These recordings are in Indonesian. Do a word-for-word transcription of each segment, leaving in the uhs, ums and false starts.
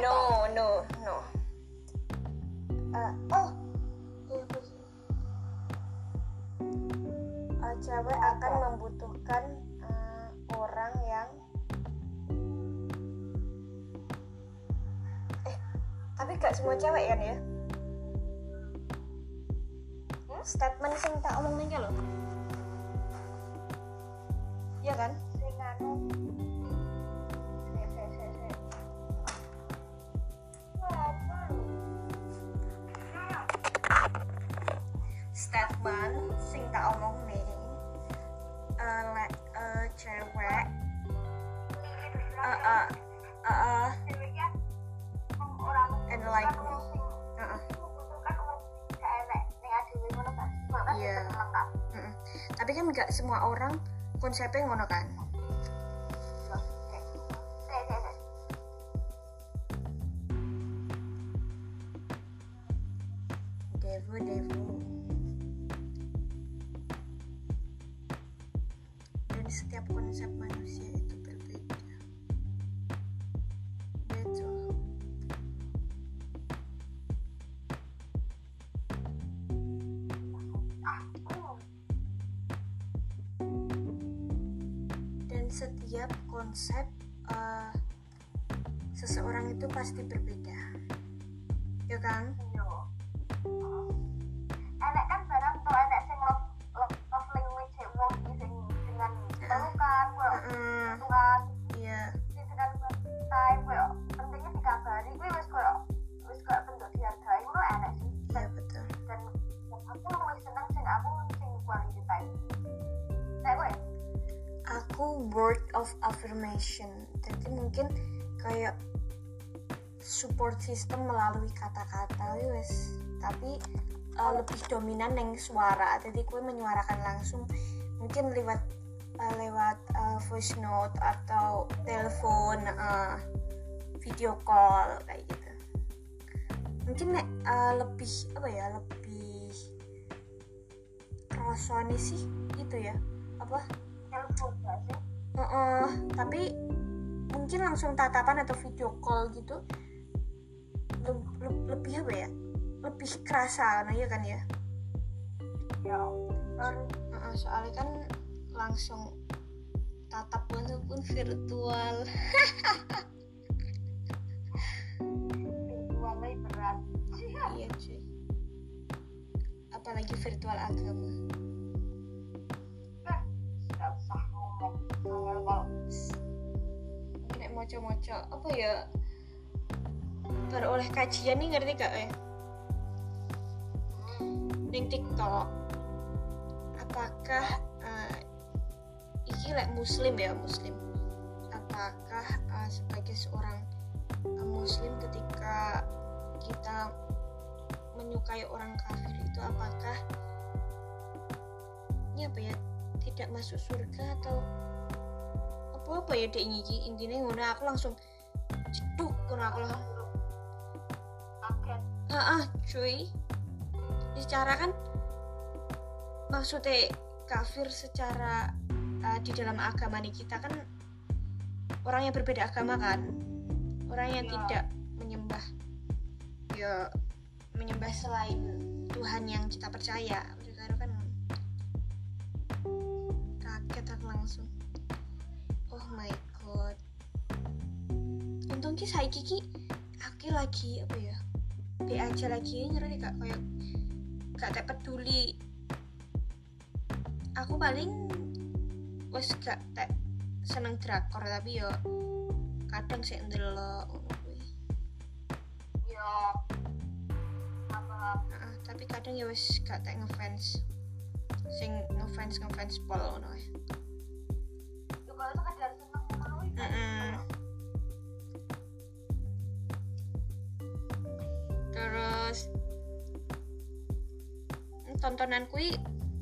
no no no uh, oh uh, cewek akan membutuhkan uh, orang yang eh tapi gak semua cewek kan ya. hmm? Statement sing tak omong nih loh iya kan sing anu statement sing tak omong nih uh, like uh, cewek uh, uh, uh, uh, and like me uh, uh. Iya yeah. Tapi kan gak semua orang konsepnya ngono kan. Devo Devo dan setiap konsep manusia itu berbeda. Betul. Dan setiap konsep uh, seseorang itu pasti berbeda, ya kan? Enak kan barang tuh enak sing love love, love language wong sing dengan pelukan, koyo Tuhan. Iya. Sing dengan time koyo pentingnya dikabari kuwi wis koyo wis koyo bentuk dihargai ngono enak sih. Iya betul. Dan aku luwih seneng sing aku sing quality time. Nek kowe aku word of affirmation. Jadi mungkin kayak support system melalui kata-kata wis, tapi uh, lebih dominan yang suara. Jadi gue menyuarakan langsung, mungkin lewat uh, lewat uh, voice note atau telepon, uh, video call kayak gitu. Mungkin uh, lebih apa ya, lebih rasanya sih gitu ya, apa? telepon gak sih? Uh, uh, tapi mungkin langsung tatapan atau video call gitu le- le- lebih apa ya, lebih kerasa nah ya kan ya Ya kan uh, soalnya kan langsung tatap walaupun virtual. virtualnya berat. Iya cuy, apalagi virtual agama. Nah, gak usah ngomong kalau Nek moco-moco apa ya, baru oleh kajian nih, ngerti gak ya, ning TikTok, apakah uh, iki lek muslim ya muslim apakah uh, sebagai seorang uh, muslim ketika kita menyukai orang kafir itu apakah ini apa ya, tidak masuk surga atau apa-apa ya dek nyiki, intinya ngono aku langsung jeduk ngono aku lah kaget. ah cuy, secara kan maksudnya kafir secara uh, di dalam agama nih kita kan orang yang berbeda agama kan, orang yang Ya. tidak menyembah ya menyembah selain Tuhan yang kita percaya. Mereka kan kaget aku langsung, oh my god. Untung ki saiki ki aku lagi apa ya, be aja lagi ngerti gak, kayak gak tak peduli. Aku paling wes gak tak seneng drakor tapi yo kadang sih ndelok ngono kuwi. Ya apa Heeh, tapi kadang ya wes gak tak ngefans. Sing ngefans ngefans pol ngono ae. juga sekedar seneng ngono iki. Heeh. Terus tontonan kuwi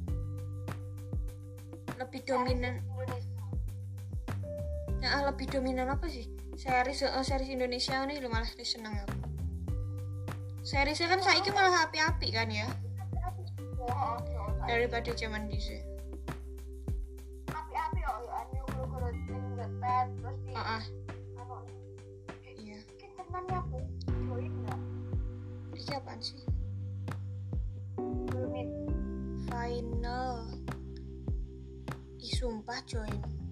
lebih dominan. Indonesia. Ya lebih dominan apa sih? Series uh, series Indonesia nih lo malah seneng aku. Seriesnya kan saiki malah api-api kan ya Oh, daripada zaman dhisik. api-api yo yo anu guru-guru ning webpad terus di Heeh. anu Iya. iki tenan ya Bu apaan sih? Rumit. Final. Ih sumpah join